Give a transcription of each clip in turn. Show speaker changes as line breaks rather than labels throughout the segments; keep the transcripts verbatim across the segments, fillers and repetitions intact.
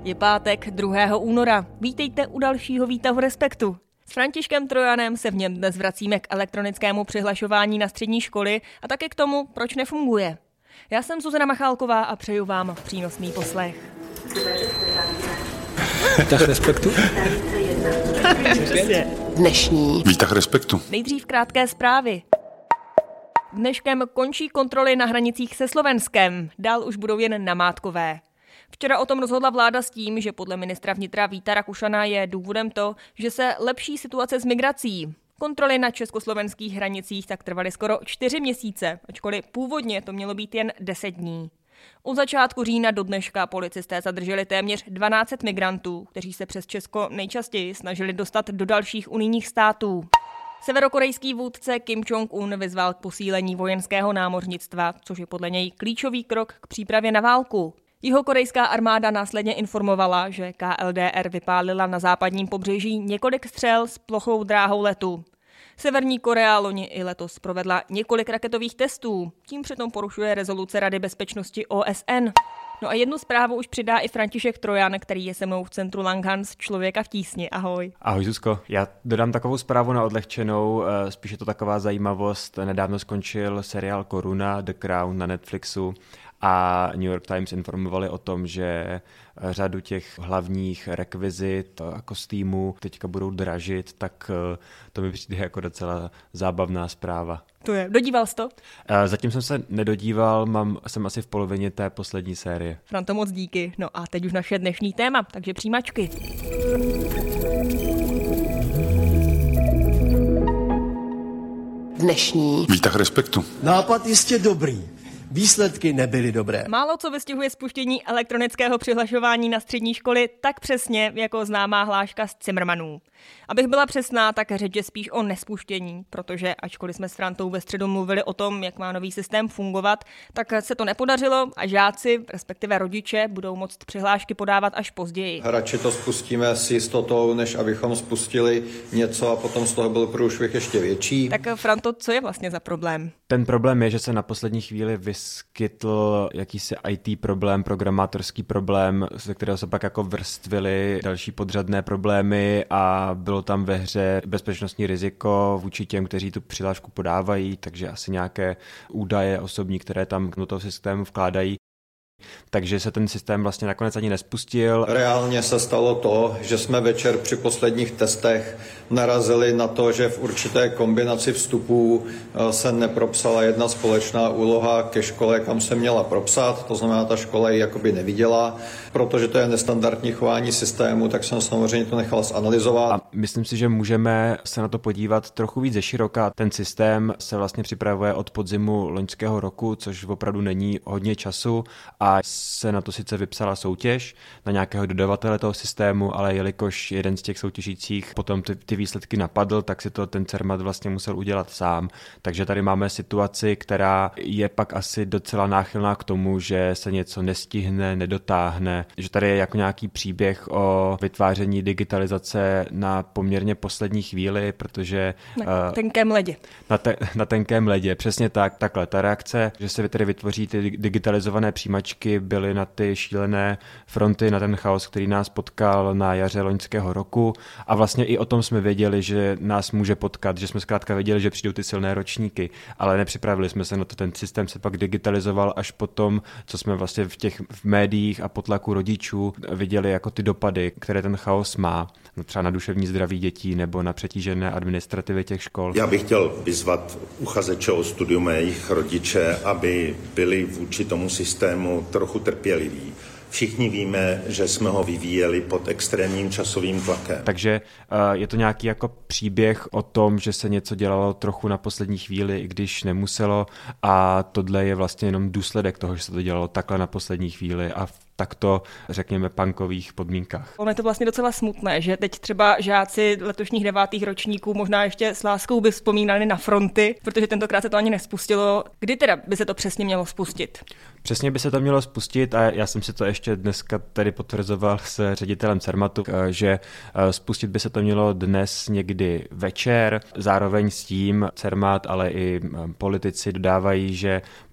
Je pátek druhého února. Vítejte u dalšího výtahu Respektu. S Františkem Trojanem se v něm dnes vracíme k elektronickému přihlašování na střední školy a také k tomu, proč nefunguje. Já jsem Zuzana Machálková a přeju vám přínosný poslech.
Výtah Respektu?
Dnešní
Výtah Respektu.
Nejdřív krátké zprávy. Dneškem končí kontroly na hranicích se Slovenskem, dál už budou jen namátkové. Včera o tom rozhodla vláda s tím, že podle ministra vnitra Víta Rakušana je důvodem to, že se lepší situace s migrací. Kontroly na československých hranicích tak trvaly skoro čtyři měsíce, ačkoliv původně to mělo být jen deset dní. Od začátku října do dneška policisté zadrželi téměř dvanáct set migrantů, kteří se přes Česko nejčastěji snažili dostat do dalších unijních států. Severokorejský vůdce Kim Jong-un vyzval k posílení vojenského námořnictva, což je podle něj klíčový krok k přípravě na válku. Jihokorejská armáda následně informovala, že K L D R vypálila na západním pobřeží několik střel s plochou dráhou letu. Severní Korea loni i letos provedla několik raketových testů, tím přitom porušuje rezoluce Rady bezpečnosti O S N. No a jednu zprávu už přidá i František Trojan, který je se mnou v centru Langhans, Člověka v tísni. Ahoj.
Ahoj Zuzko, já dodám takovou zprávu na odlehčenou, spíš je to taková zajímavost. Nedávno skončil seriál Koruna, The Crown na Netflixu a New York Times informovali o tom, že řadu těch hlavních rekvizit a kostýmů teďka budou dražit, tak to mi přijde jako docela zábavná zpráva.
To je. Dodíval jsi to?
Zatím jsem se nedodíval, mám, jsem asi v polovině té poslední série.
Franto, moc díky. No a teď už naše dnešní téma, takže přijímačky.
dnešní
Výtah Respektu.
Nápad jistě dobrý. Výsledky nebyly dobré.
Málo co vystihuje spuštění elektronického přihlašování na střední školy tak přesně jako známá hláška z Cimrmanů. Abych byla přesná, tak řeč je spíš o nespuštění, protože ačkoliv jsme s Frantou ve středu mluvili o tom, jak má nový systém fungovat, tak se to nepodařilo a žáci, respektive rodiče, budou moct přihlášky podávat až později.
Radši to spustíme s jistotou, než abychom spustili něco a potom z toho byl průšvih ještě větší.
Tak Franto, co je vlastně za problém?
Ten problém je, že se na poslední chvíli vyskytl jakýsi I T problém, programátorský problém, ze kterého se pak jako vrstvily další podřadné problémy a bylo tam ve hře bezpečnostní riziko vůči těm, kteří tu přihlášku podávají, takže asi nějaké údaje osobní, které tam do toho systému vkládají. Takže se ten systém vlastně nakonec ani nespustil.
Reálně se stalo to, že jsme večer při posledních testech narazili na to, že v určité kombinaci vstupů se nepropsala jedna společná úloha ke škole, kam se měla propsat. To znamená, ta škola ji jakoby neviděla. Protože to je nestandardní chování systému, tak jsem samozřejmě to nechal zanalyzovat.
A myslím si, že můžeme se na to podívat trochu víc ze široka. Ten systém se vlastně připravuje od podzimu loňského roku, což opravdu není hodně času a se na to sice vypsala soutěž na nějakého dodavatele toho systému, ale jelikož jeden z těch soutěžících potom ty, ty výsledky napadl, tak si to ten Cermat vlastně musel udělat sám. Takže tady máme situaci, která je pak asi docela náchylná k tomu, že se něco nestihne, nedotáhne, že tady je jako nějaký příběh o vytváření digitalizace na poměrně poslední chvíli, protože...
Na tenkém ledě.
Na, te, na tenkém ledě, přesně tak. Takhle, ta reakce, že se tady vytvoří ty digitalizované přijímačky, byly na ty šílené fronty, na ten chaos, který nás potkal na jaře loňského roku a vlastně i o tom jsme věděli, že nás může potkat, že jsme zkrátka věděli, že přijdou ty silné ročníky, ale nepřipravili jsme se na to. Ten systém se pak digitalizoval až potom, co jsme vlastně v těch v médiích a pod tlaku rodičů viděli jako ty dopady, které ten chaos má, třeba na duševní zdraví dětí nebo na přetížené administrativy těch škol.
Já bych chtěl vyzvat uchazeče o studium a jejich rodiče, aby byli vůči tomu systému trochu trpěliví. Všichni víme, že jsme ho vyvíjeli pod extrémním časovým tlakem.
Takže uh, je to nějaký jako příběh o tom, že se něco dělalo trochu na poslední chvíli, i když nemuselo a tohle je vlastně jenom důsledek toho, že se to dělalo takhle na poslední chvíli a v takto, řekněme, punkových podmínkách.
Ono je to vlastně docela smutné, že teď třeba žáci letošních devátých ročníků možná ještě s láskou by vzpomínali na fronty, protože tentokrát se to ani nespustilo. Kdy teda by se to přesně mělo spustit?
Přesně by se to mělo spustit a já jsem si to ještě dneska tady potvrzoval s ředitelem Cermatu, že spustit by se to mělo dnes někdy večer. Zároveň s tím Cermat, ale i politici dodávají, že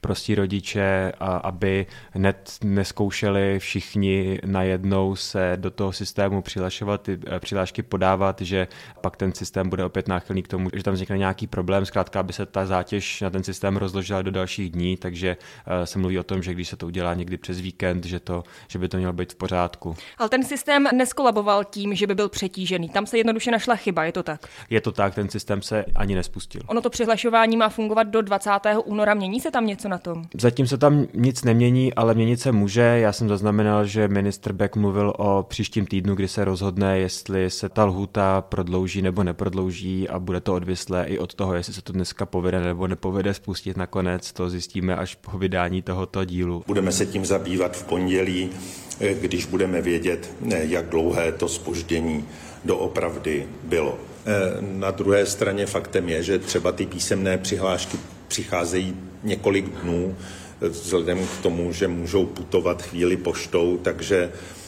prostí rodiče, a aby hned neskoušeli všichni najednou se do toho systému přihlašovat, ty přihlášky podávat, že pak ten systém bude opět náchylný k tomu, že tam vznikne nějaký problém, zkrátka, aby se ta zátěž na ten systém rozložila do dalších dní, takže se mluví o tom, že když se to udělá někdy přes víkend, že, to, že by to mělo být v pořádku.
Ale ten systém neskolaboval tím, že by byl přetížený. Tam se jednoduše našla chyba, je to tak?
Je to tak, ten systém se ani nespustil.
Ono to přihlašování má fungovat do dvacátého února, mění se tam něco na tom?
Zatím se tam nic nemění, ale měnit se může. Já jsem zaznamenal, že ministr Bek mluvil o příštím týdnu, kdy se rozhodne, jestli se ta lhůta prodlouží nebo neprodlouží, a bude to odvislé i od toho, jestli se to dneska povede nebo nepovede spustit nakonec. To zjistíme až po vydání tohoto dílu.
Budeme se tím zabývat v pondělí, když budeme vědět, jak dlouhé to zpoždění doopravdy bylo. Na druhé straně faktem je, že třeba ty písemné přihlášky přicházejí několik dnů, vzhledem k tomu, že můžou putovat chvíli poštou, takže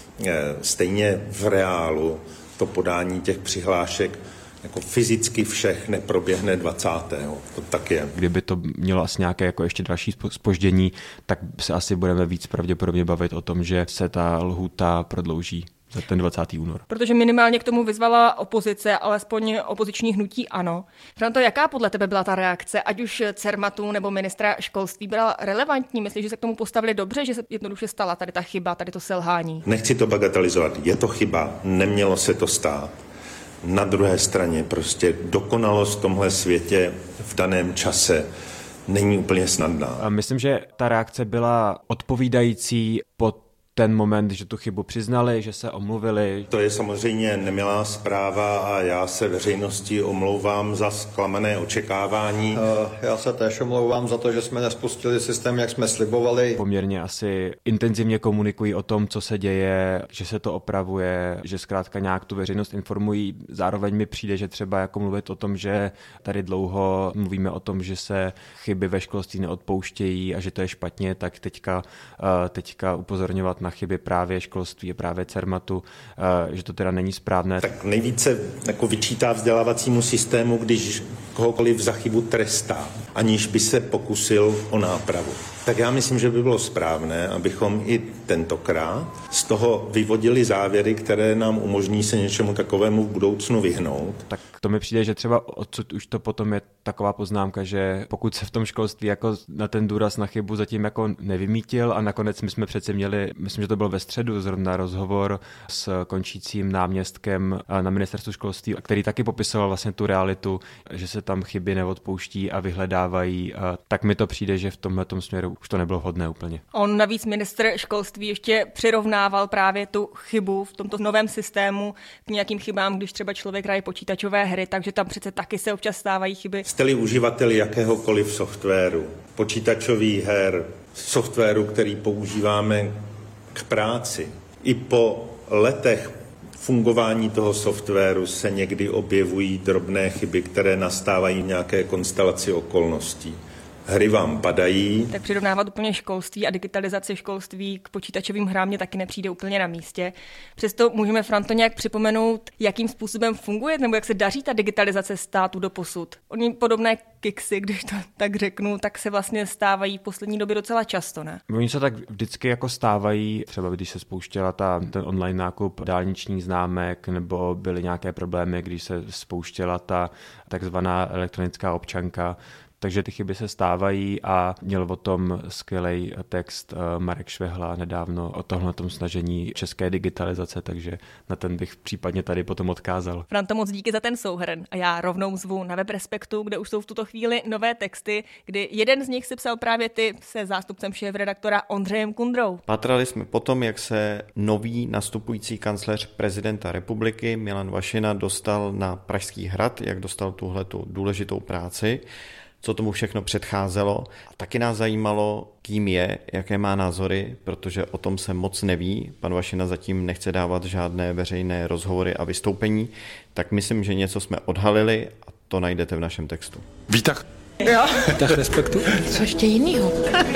stejně v reálu to podání těch přihlášek jako fyzicky všech neproběhne dvacátého To tak je.
Kdyby to mělo asi nějaké jako ještě další zpoždění, tak se asi budeme víc pravděpodobně bavit o tom, že se ta lhůta prodlouží za ten dvacátého února.
Protože minimálně k tomu vyzvala opozice, alespoň opoziční hnutí ANO. Franto, jaká podle tebe byla ta reakce, ať už Cermatu nebo ministra školství, byla relevantní? Myslíš, že se k tomu postavili dobře, že se jednoduše stala tady ta chyba, tady to selhání?
Nechci to bagatelizovat, je to chyba, nemělo se to stát. Na druhé straně prostě dokonalost v tomhle světě v daném čase není úplně snadná.
A myslím, že ta reakce byla odpovídající po ten moment, že tu chybu přiznali, že se omluvili.
To je samozřejmě nemilá zpráva a já se veřejnosti omlouvám za zklamané očekávání.
Já se též omlouvám za to, že jsme nespustili systém, jak jsme slibovali.
Poměrně asi intenzivně komunikují o tom, co se děje, že se to opravuje, že zkrátka nějak tu veřejnost informují. Zároveň mi přijde, že třeba jako mluvit o tom, že tady dlouho mluvíme o tom, že se chyby ve školství neodpouštějí a že to je špatně, tak teďka, teďka upozorňovat na chyby právě školství a právě Cermatu, že to teda není správné.
Tak nejvíce jako vyčítá vzdělávacímu systému, když kohokoliv za chybu trestá, aniž by se pokusil o nápravu. Tak já myslím, že by bylo správné, abychom i tentokrát z toho vyvodili závěry, které nám umožní se něčemu takovému v budoucnu vyhnout.
Tak to mi přijde, že třeba odsud už to potom je taková poznámka, že pokud se v tom školství jako na ten důraz na chybu zatím jako nevymítil, a nakonec my jsme přece měli, myslím, že to byl ve středu zrovna rozhovor s končícím náměstkem na ministerstvu školství, který taky popisoval vlastně tu realitu, že se tam chyby neodpouští a vyhledávají, a tak mi to přijde, že v tomhletom směru už to nebylo hodné úplně.
On navíc ministr školství ještě přirovnával právě tu chybu v tomto novém systému k nějakým chybám, když třeba člověk hraje počítačové hry, takže tam přece taky se občas stávají chyby.
Jste-li uživateli jakéhokoliv softwaru, počítačových her, softwaru, který používáme k práci, i po letech fungování toho softwaru se někdy objevují drobné chyby, které nastávají v nějaké konstelaci okolností. Hry vám padají.
Tak přirovnávat úplně školství a digitalizaci školství k počítačovým hrám mě taky nepřijde úplně na místě. Přesto můžeme, Franto, nějak připomenout, jakým způsobem funguje nebo jak se daří ta digitalizace státu doposud. Oni podobné kiksy, když to tak řeknu, tak se vlastně stávají v poslední době docela často, ne?
Oni se tak vždycky jako stávají, třeba když se spouštěla ta, ten online nákup dálničních známek, nebo byly nějaké problémy, když se spouštěla ta takzvaná elektronická občanka. Takže ty chyby se stávají a měl o tom skvělý text Marek Švehla nedávno o tomhletom snažení české digitalizace, takže na ten bych případně tady potom odkázal.
Franto, moc díky za ten souhrn a já rovnou zvu na web Respektu, kde už jsou v tuto chvíli nové texty, kdy jeden z nich si psal právě ty se zástupcem šéfredaktora Ondřejem Kundrou.
Pátrali jsme potom, jak se nový nastupující kancléř prezidenta republiky Milan Vašina dostal na Pražský hrad, jak dostal tuhletu důležitou práci, co tomu všechno předcházelo. A taky nás zajímalo, kým je, jaké má názory, protože o tom se moc neví. Pan Vašina zatím nechce dávat žádné veřejné rozhovory a vystoupení, tak myslím, že něco jsme odhalili a to najdete v našem textu.
Výtah.
Jo.
Výtah Respektu.
Co ještě jinýho?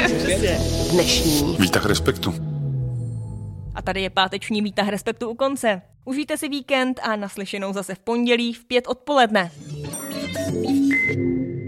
Dnešní.
Výtah Respektu.
A tady je páteční výtah Respektu u konce. Užijte si víkend a naslyšenou zase v pondělí v pět odpoledne.